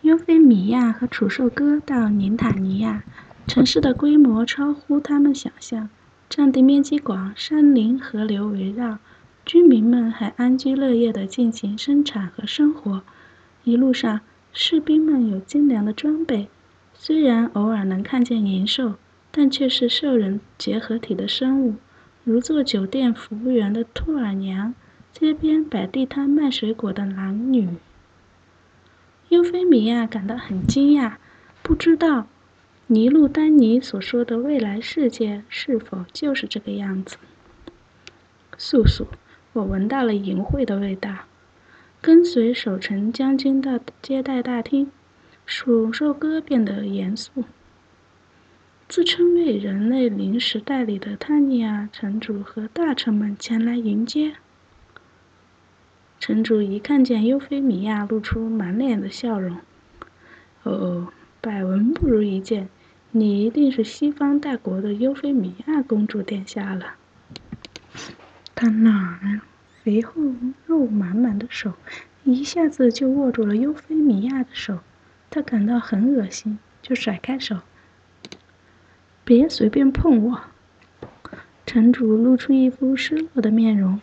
优菲米亚和楚兽哥到宁塔尼亚，城市的规模超乎他们想象，占地面积广，山林河流围绕，居民们还安居乐业地进行生产和生活。一路上，士兵们有精良的装备，虽然偶尔能看见银兽，但却是兽人结合体的生物，如做酒店服务员的兔儿娘，街边摆地摊卖水果的男女。优菲米亚感到很惊讶，不知道尼禄丹尼所说的未来世界是否就是这个样子。素素，我闻到了淫秽的味道。跟随守城将军到接待大厅，楚兽哥变得严肃。自称为人类临时代理的坦尼亚城主和大臣们前来迎接。城主一看见优菲米亚，露出满脸的笑容。哦，百闻不如一见，你一定是西方大国的优菲米亚公主殿下了。他那肥厚肉满满的手一下子就握住了优菲米亚的手，他感到很恶心，就甩开手。别随便碰我！城主露出一副失落的面容，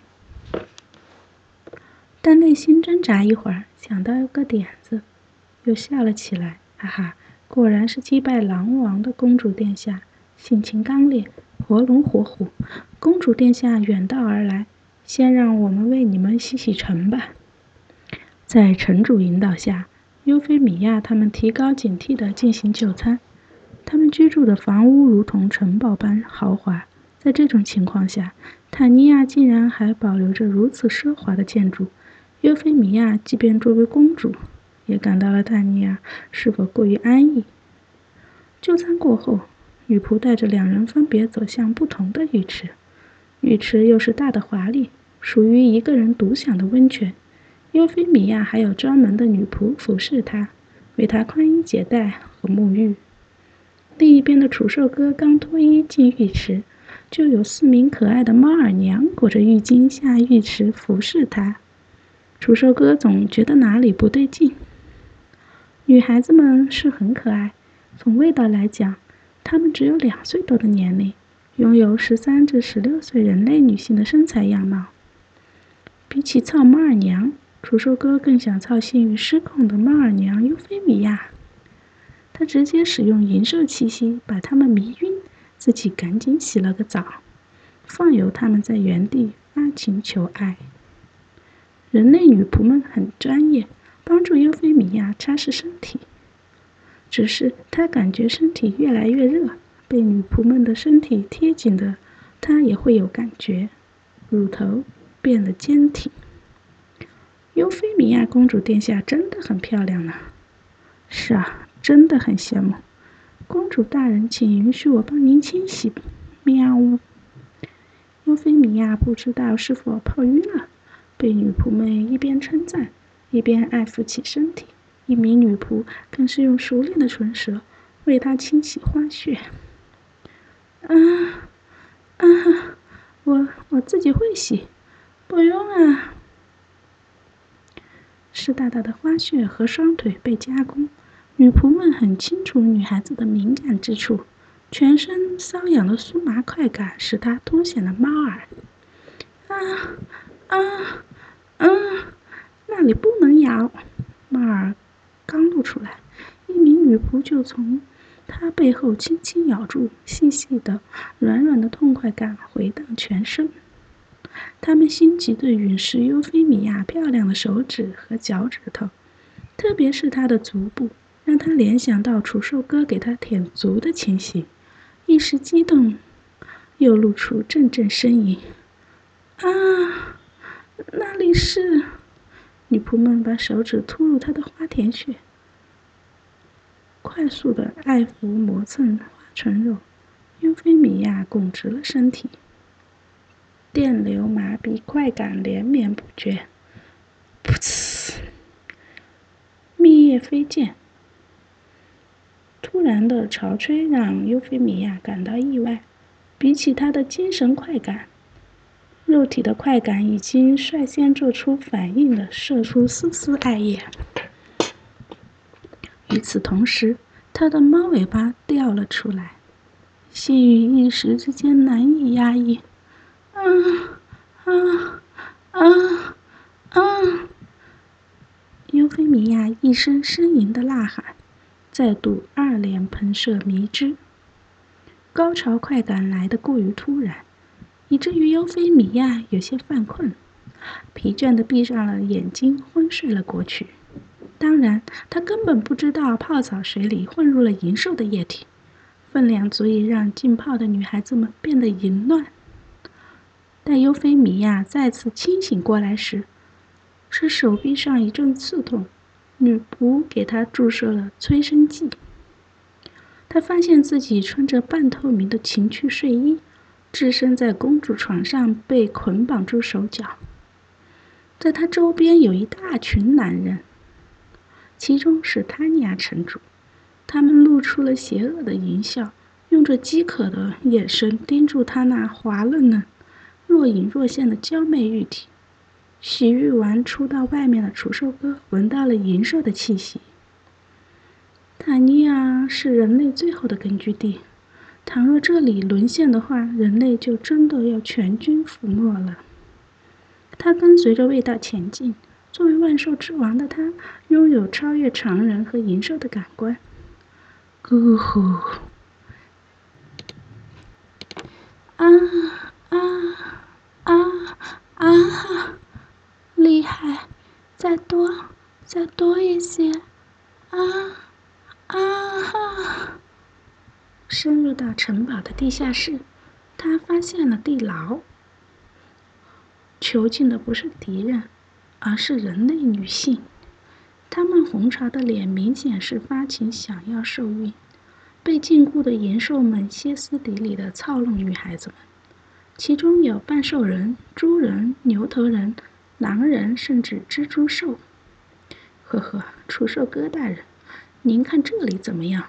但内心挣扎一会儿，想到个点子，又笑了起来。哈哈，果然是击败狼王的公主殿下，性情刚烈，活龙活虎。公主殿下远道而来，先让我们为你们洗洗尘吧。在城主引导下，优菲米亚他们提高警惕地进行就餐。他们居住的房屋如同城堡般豪华，在这种情况下，坦尼亚竟然还保留着如此奢华的建筑。优菲米亚即便作为公主，也感到了坦尼亚是否过于安逸。就餐过后，女仆带着两人分别走向不同的浴池。浴池又是大的华丽，属于一个人独享的温泉。优菲米亚还有专门的女仆服侍她，为她宽衣解带和沐浴。另一边的楚兽哥刚脱衣进浴池，就有4名可爱的猫耳娘裹着浴巾下浴池服侍他。楚兽哥总觉得哪里不对劲。女孩子们是很可爱，从味道来讲，她们只有2岁多的年龄，拥有13至16岁人类女性的身材样貌。比起操猫耳娘，楚兽哥更想操性欲失控的猫耳娘优菲米亚。他直接使用银兽气息把他们迷晕，自己赶紧洗了个澡，放由他们在原地发情求爱。人类女仆们很专业，帮助优菲米亚擦拭身体。只是她感觉身体越来越热，被女仆们的身体贴紧的她也会有感觉，乳头变得坚挺。优菲米亚公主殿下真的很漂亮呢。是啊，真的很羡慕。公主大人，请允许我帮您清洗。喵。优菲米亚不知道是否泡晕了，被女仆们一边称赞，一边爱抚起身体。一名女仆更是用熟练的唇舌为她清洗花穴。我自己会洗，不用啊。湿哒哒的花穴和双腿被加工。女仆们很清楚女孩子的敏感之处，全身瘙痒的酥麻快感使她凸显了猫耳。那里不能咬！猫耳刚露出来，一名女仆就从她背后轻轻咬住，细细的、软软的痛快感回荡全身。他们心急地吮食优菲米亚漂亮的手指和脚趾头，特别是她的足部，让他联想到楚兽哥给他舔足的情形，一时激动，又露出阵阵呻吟。那里是……女仆们把手指突入他的花田穴，快速地爱抚磨蹭花唇肉。优菲米亚拱直了身体，电流麻痹，快感连绵不绝。噗呲！蜜液飞溅。突然的潮吹让优菲米亚感到意外，比起她的精神快感，肉体的快感已经率先做出反应地射出丝丝爱液。 与此同时，他的猫尾巴掉了出来，心语一时之间难以压抑。啊啊啊啊！尤菲米亚一声呻吟的呐喊，再度二连喷射迷之。高潮快感来得过于突然，以至于尤菲米亚有些犯困，疲倦地闭上了眼睛，昏睡了过去。当然，他根本不知道泡澡水里混入了银兽的液体，分量足以让浸泡的女孩子们变得淫乱。待尤菲米亚再次清醒过来时，是手臂上一阵刺痛，女仆给她注射了催生剂。她发现自己穿着半透明的情趣睡衣，置身在公主床上，被捆绑住手脚。在她周边有一大群男人，其中是塔尼亚城主。他们露出了邪恶的淫笑，用着饥渴的眼神盯住她那滑嫩嫩、若隐若现的娇媚玉体。洗浴完出到外面的储兽哥闻到了银兽的气息。塔尼亚是人类最后的根据地，倘若这里沦陷的话，人类就真的要全军覆没了。他跟随着味道前进，作为万兽之王的他，拥有超越常人和银兽的感官。咕呼！啊啊啊啊！厉害！再多一些！啊啊哈！深入到城堡的地下室，他发现了地牢。囚禁的不是敌人，而是人类女性。她们红潮的脸明显是发情想要受孕，被禁锢的银兽们歇斯底里地操弄女孩子们，其中有半兽人、猪人、牛头人、狼人，甚至蜘蛛兽。呵呵，储兽哥大人，您看这里怎么样？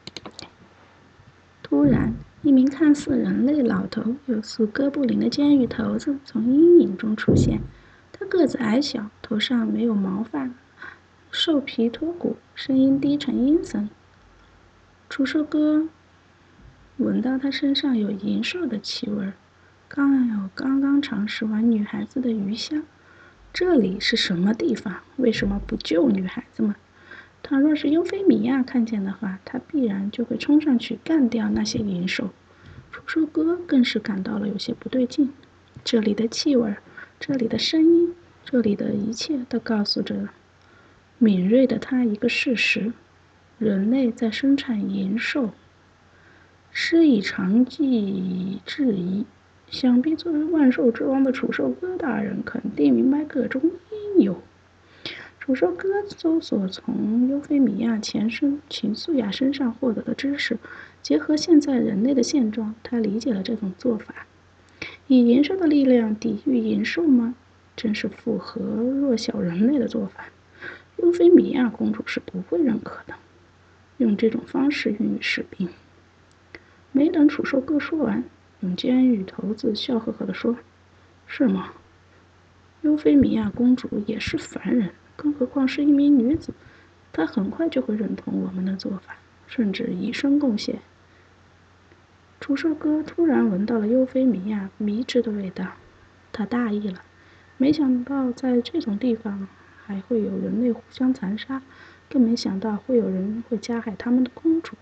突然，一名看似人类老头，有似哥布林的监狱头子从阴影中出现。他个子矮小，头上没有毛发，兽皮脱骨，声音低沉阴森。储兽哥闻到他身上有银兽的气味，刚刚尝试完女孩子的鱼香。这里是什么地方？为什么不救女孩子们？倘若是尤菲米亚看见的话，他必然就会冲上去干掉那些银兽。储兽哥更是感到了有些不对劲。这里的气味，这里的声音，这里的一切都告诉着敏锐的他一个事实：人类在生产银兽。施以长计质疑，想必作为万兽之王的储兽哥大人肯定明白各种因由。储兽哥搜索从尤菲米亚前身秦素雅身上获得的知识，结合现在人类的现状，他理解了这种做法。以银兽的力量抵御银兽吗？真是符合弱小人类的做法。尤菲米亚公主是不会认可的，用这种方式孕育士兵。没等储兽哥说完，永监狱头子笑呵呵地说：“是吗？尤菲米亚公主也是凡人，更何况是一名女子，她很快就会认同我们的做法，甚至以身贡献。”储兽哥突然闻到了尤菲米亚迷之的味道，他大意了，没想到在这种地方还会有人类互相残杀，更没想到会有人会加害他们的公主。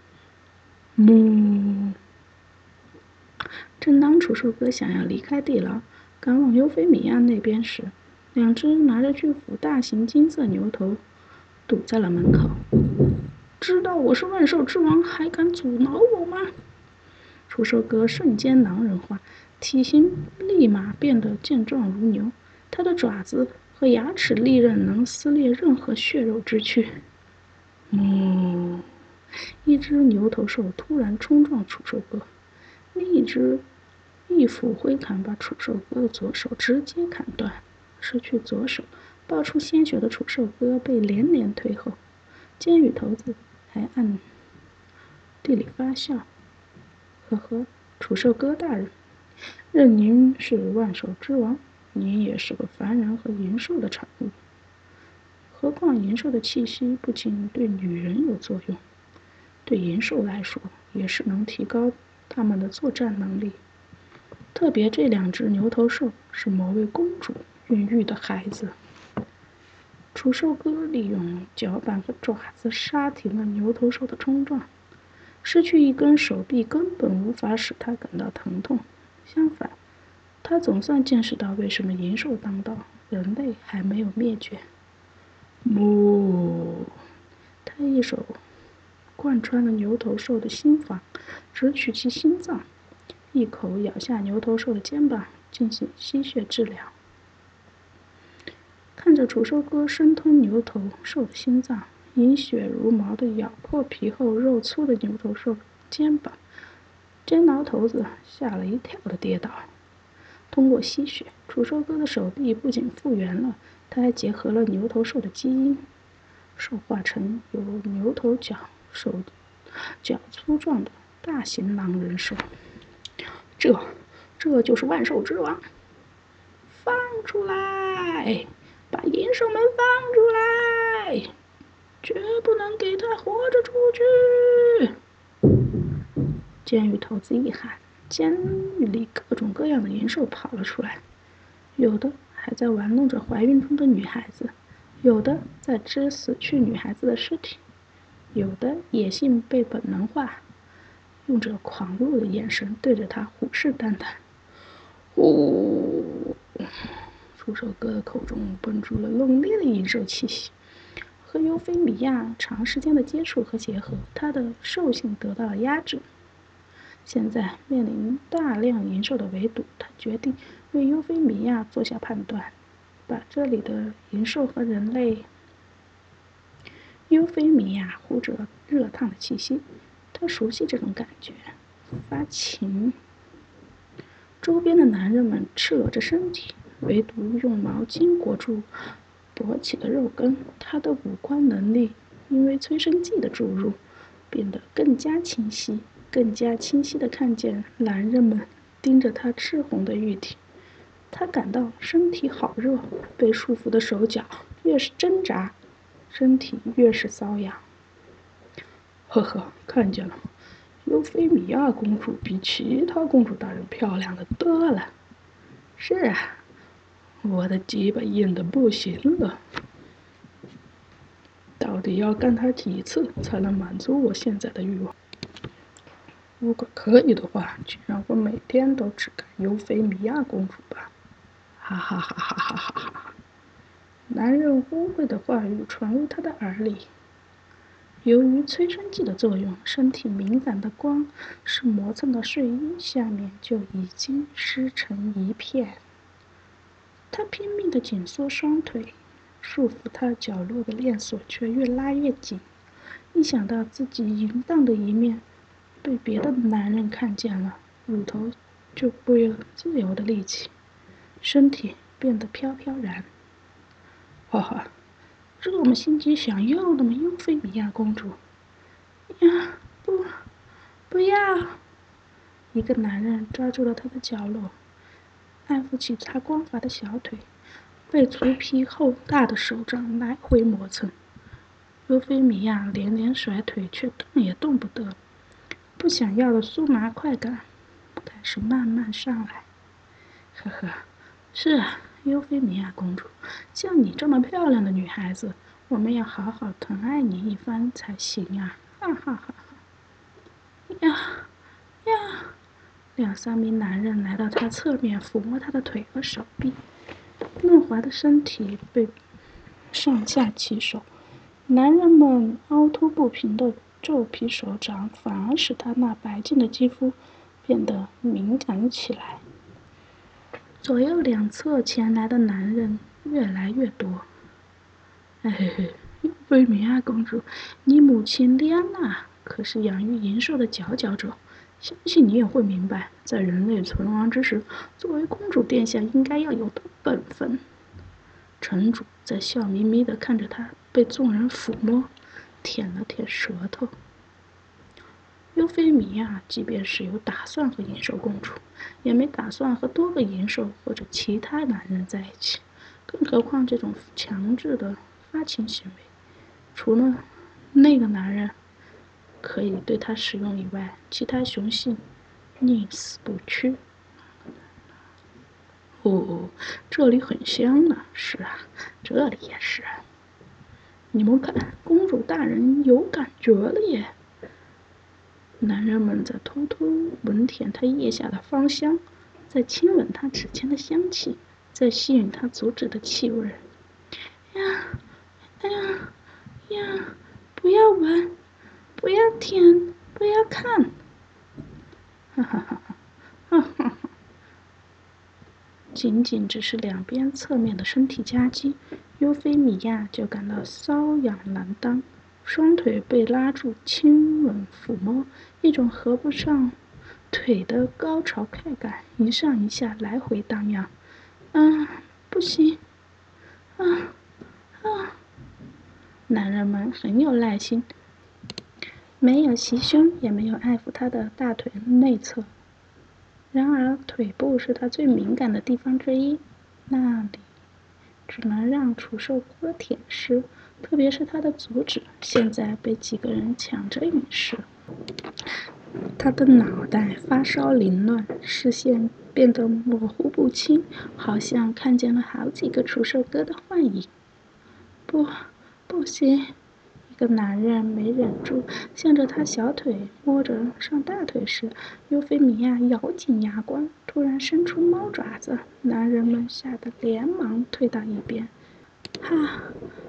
正当储兽哥想要离开地牢，赶往尤菲米亚那边时，两只拿着巨斧大型金色牛头堵在了门口。知道我是万兽之王，还敢阻挠我吗？储兽哥瞬间狼人化，体型立马变得健壮如牛，他的爪子和牙齿利刃能撕裂任何血肉之躯。一只牛头兽突然冲撞储兽哥，另一只一斧挥砍，把储兽哥的左手直接砍断。失去左手，爆出鲜血的储兽哥被连连推后。监狱头子还暗地里发笑：“呵呵，储兽哥大人，任您是万兽之王，您也是个凡人和银兽的产物。 何况银兽的气息不仅对女人有作用，对银兽来说也是能提高它们的作战能力。特别这2只牛头兽是某位公主孕育的孩子。楚兽哥利用脚板和爪子刹停了牛头兽的冲撞，失去一根手臂根本无法使他感到疼痛，相反，他总算见识到为什么银兽当道，人类还没有灭绝。哞！他一手贯穿了牛头兽的心房，直取其心脏，一口咬下牛头兽的肩膀，进行吸血治疗。看着楚兽哥生吞牛头兽的心脏，饮血如毛地咬破皮厚肉粗的牛头兽肩膀，尖挠头子吓了一跳的跌倒。通过吸血，楚兽哥的手臂不仅复原了，他还结合了牛头兽的基因，兽化成有牛头角、手脚粗壮的大型狼人兽。这就是万兽之王！放出来！把银兽们放出来！绝不能给他活着出去！监狱头子一喊，监狱里各种各样的银兽跑了出来，有的还在玩弄着怀孕中的女孩子，有的在吃死去女孩子的尸体，有的野性被本能化，用着狂怒的眼神对着他虎视眈眈。呼！楚兽哥的口中蹦出了浓烈的银兽气息。和尤菲米亚长时间的接触和结合，他的兽性得到了压制。现在面临大量银兽的围堵，他决定为尤菲米亚做下判断，把这里的银兽和人类。尤菲米亚呼着热烫的气息，他熟悉这种感觉，发情。周边的男人们赤裸着身体，唯独用毛巾裹住勃起的肉根。他的五官能力因为催生剂的注入，变得更加清晰，更加清晰地看见男人们盯着他赤红的玉体。他感到身体好热，被束缚的手脚越是挣扎，身体越是瘙痒。呵呵，看见了。尤菲米亚公主比其他公主大人漂亮的多了。是啊，我的鸡巴硬得不行了，到底要干她几次才能满足我现在的欲望？如果可以的话，就让我每天都只干尤菲米亚公主吧！哈哈哈哈哈哈哈！男人污秽的话语传入他的耳里。由于催生剂的作用，身体敏感的光是磨蹭到睡衣下面就已经湿成一片。他拼命地紧缩双腿，束缚他角落的链锁却越拉越紧。一想到自己淫荡的一面被别的男人看见了，乳头就不有自由的力气，身体变得飘飘然。哈哈，这么心急想要的吗，尤菲米亚公主？呀，不要！一个男人抓住了她的角落，按抚起她光滑的小腿，被粗皮厚大的手掌来回磨蹭。尤菲米亚连连甩腿，却动也动不得。不想要的酥麻快感开始慢慢上来。呵呵，是啊，尤菲米亚公主，像你这么漂亮的女孩子，我们要好好疼爱你一番才行啊！哈哈哈哈！呀呀！2、3名男人来到她侧面，抚摸她的腿和手臂，嫩滑的身体被上下其手。男人们凹凸不平的皱皮手掌，反而使她那白净的肌肤变得敏感起来。左右两侧前来的男人越来越多。嘿嘿，尤菲米亚公主，你母亲莉安娜可是养育银兽的佼佼者，相信你也会明白，在人类存亡之时，作为公主殿下应该要有的本分。城主在笑眯眯地看着她被众人抚摸，舔了舔舌头。尤菲米亚即便是有打算和银兽共处，也没打算和多个银兽或者其他男人在一起，更何况这种强制的发情行为，除了那个男人可以对他使用以外，其他雄性宁死不屈。哦，这里很香呢。是啊，这里也是。你们看，公主大人有感觉了耶！男人们在偷偷闻舔她腋下的芳香，在亲吻她指尖的香气，在吸吮她足趾的气味。呀，哎呀，呀！不要闻，不要舔，不要看！哈哈哈哈哈哈！仅仅只是两边侧面的身体夹击，尤菲米亚就感到瘙痒难当，双腿被拉住，亲吻抚摸，一种合不上腿的高潮快感一上一下来回荡漾。不行，男人们很有耐心，没有袭胸，也没有爱抚他的大腿内侧。然而腿部是他最敏感的地方之一，那里只能让触手割舔舐，特别是他的足趾，现在被几个人抢着吮食。他的脑袋发烧凌乱，视线变得模糊不清，好像看见了好几个触手割的幻影。不行！一个男人没忍住，向着他小腿摸着上大腿时，尤菲米亚咬紧牙关，突然伸出猫爪子。男人们吓得连忙退到一边。哈，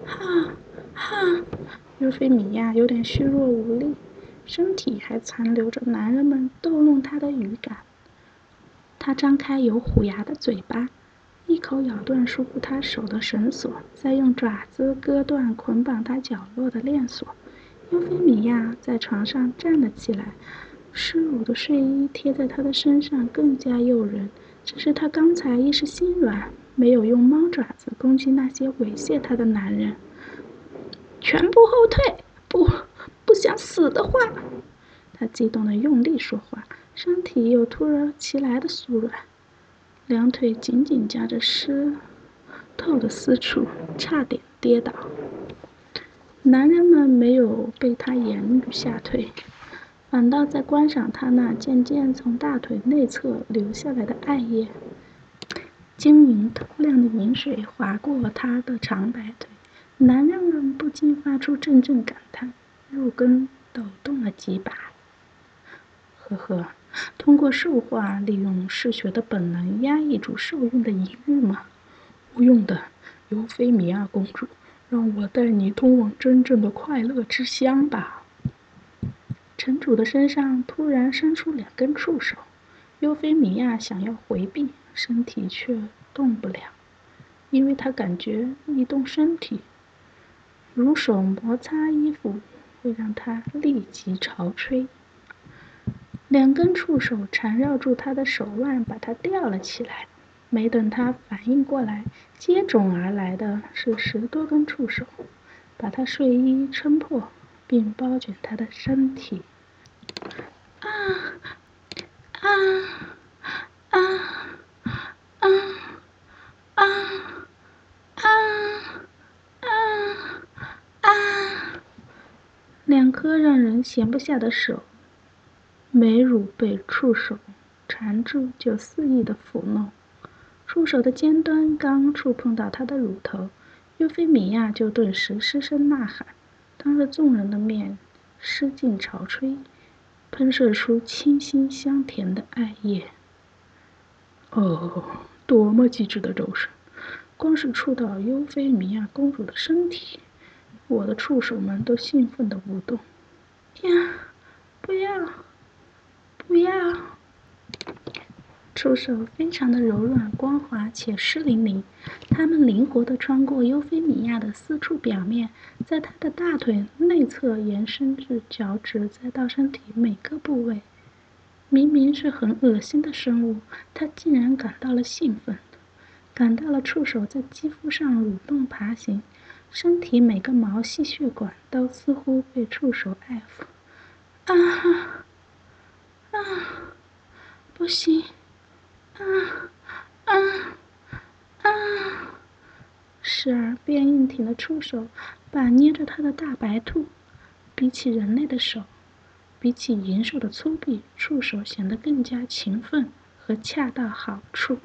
尤菲米亚有点虚弱无力，身体还残留着男人们逗弄她的语感。她张开有虎牙的嘴巴，一口咬断束缚他手的绳索，再用爪子割断捆绑他角落的链锁。尤菲米亚在床上站了起来，湿漉的睡衣贴在他的身上更加诱人。只是他刚才一时心软，没有用猫爪子攻击那些猥亵他的男人。全部后退！不想死的话！他激动地用力说话，身体又突如其来的酥软。两腿紧紧夹着湿透的私处，差点跌倒。男人们没有被他言语吓退，反倒在观赏他那渐渐从大腿内侧流下来的艾叶。晶莹透亮的饮水划过他的长白腿，男人们不禁发出阵阵感叹，肉根抖动了几把。呵呵，通过兽化利用嗜血的本能压抑住受孕的淫欲吗？无用的，尤菲米亚公主，让我带你通往真正的快乐之乡吧。城主的身上突然伸出两根触手，尤菲米亚想要回避，身体却动不了，因为她感觉一动身体，如手摩擦衣服会让她立即潮吹。两根触手缠绕住他的手腕，把他吊了起来。没等他反应过来，接踵而来的是10多根触手，把他睡衣撑破，并包卷他的身体。啊啊啊啊啊啊啊！两颗让人闲不下的手。美乳被触手缠住，就肆意的抚弄。触手的尖端刚触碰到她的乳头，尤菲米亚就顿时失声呐喊，当着众人的面失劲潮吹，喷射出清新香甜的艾叶。哦，多么机智的肉身！光是触到尤菲米亚公主的身体，我的触手们都兴奋地舞动。呀，不要！不要！触手非常的柔软、光滑且湿淋淋，它们灵活地穿过尤菲米亚的私处表面，在她的大腿内侧延伸至脚趾，再到身体每个部位。明明是很恶心的生物，她竟然感到了兴奋，感到了触手在肌肤上蠕动爬行，身体每个毛细血管都似乎被触手爱抚。啊哈！啊！不行！啊啊啊！ 时而便硬挺的触手把捏着他的大白兔。比起人类的手，比起银兽的粗臂，触手显得更加勤奋和恰到好处。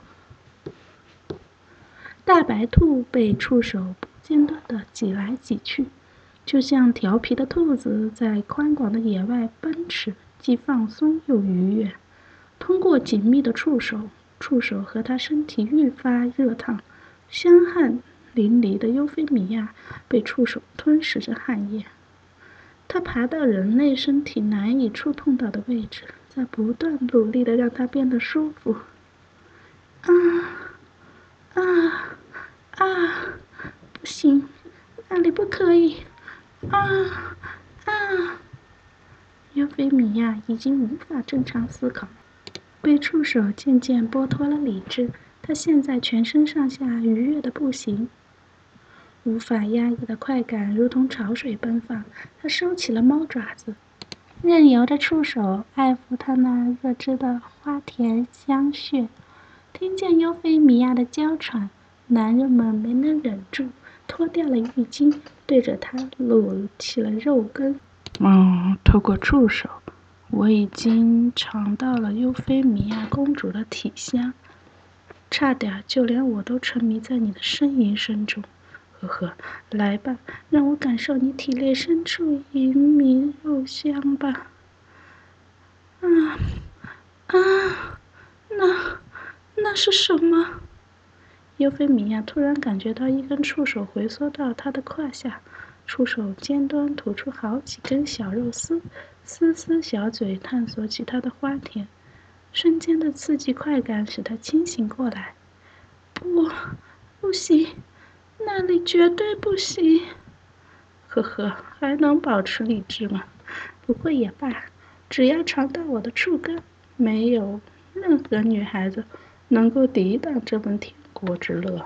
大白兔被触手不间断地挤来挤去，就像调皮的兔子在宽广的野外奔驰，既放松又愉悦。通过紧密的触手和它身体愈发热烫，香汗淋漓的优菲米亚被触手吞噬着汗液。它爬到人类身体难以触碰到的位置，在不断努力地让它变得舒服。啊啊啊！不行，那里不可以！啊啊！尤菲米亚已经无法正常思考，被触手渐渐剥脱了理智。他现在全身上下愉悦的不行，无法压抑的快感如同潮水奔放。他收起了猫爪子，任由着触手爱抚他那热汁的花田香穴。听见尤菲米亚的娇喘，男人们没能忍住，脱掉了浴巾，对着他撸起了肉根。透过触手，我已经尝到了尤菲米亚公主的体香，差点就连我都沉迷在你的呻吟声中。呵呵，来吧，让我感受你体内深处隐秘肉香吧。啊啊，那是什么？尤菲米亚突然感觉到一根触手回缩到她的胯下，触手尖端吐出好几根小肉丝，丝丝小嘴探索起她的花田。瞬间的刺激快感使她清醒过来。不行，那里绝对不行。呵呵，还能保持理智吗？不过也罢，只要尝到我的触根，没有任何女孩子能够抵挡这份天国之乐。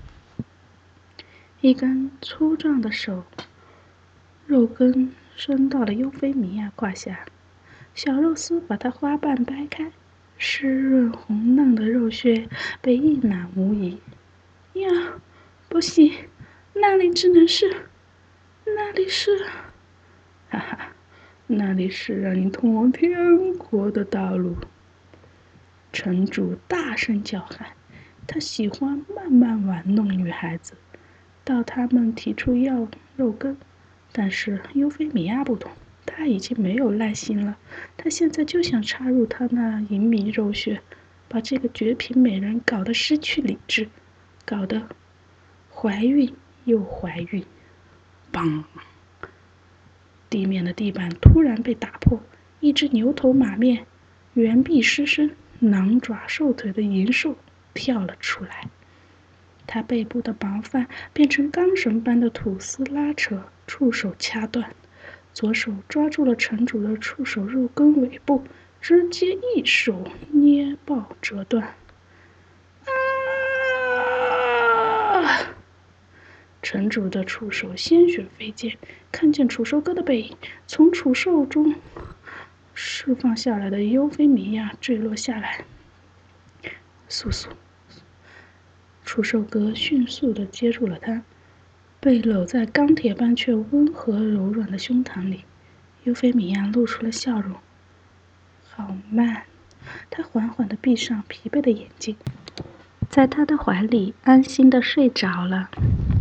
一根粗壮的手，肉根伸到了尤菲米亚胯下，小肉丝把她花瓣掰开，湿润红嫩的肉屑被一览无遗。呀，不行，那里是，哈哈，那里是让你通往天国的道路。城主大声叫喊，他喜欢慢慢玩弄女孩子，到他们提出要肉根。但是尤菲米亚不同，她已经没有耐心了，她现在就想插入她那隐秘肉穴，把这个绝品美人搞得失去理智，搞得怀孕又怀孕。砰！地面的地板突然被打破，一只牛头马面、猿臂狮身、狼爪兽腿的银兽跳了出来。它背部的毛发变成钢绳般的吐丝拉扯，触手掐断。左手抓住了城主的触手肉根尾部，直接一手捏爆折断。啊！城主的触手鲜血飞溅，看见楚兽哥的背影，从楚兽中释放下来的尤菲米亚坠落下来。簌簌，楚兽哥迅速地接住了他，被搂在钢铁般却温和柔软的胸膛里。尤菲米亚露出了笑容。好慢，他缓缓地闭上疲惫的眼睛，在他的怀里安心地睡着了。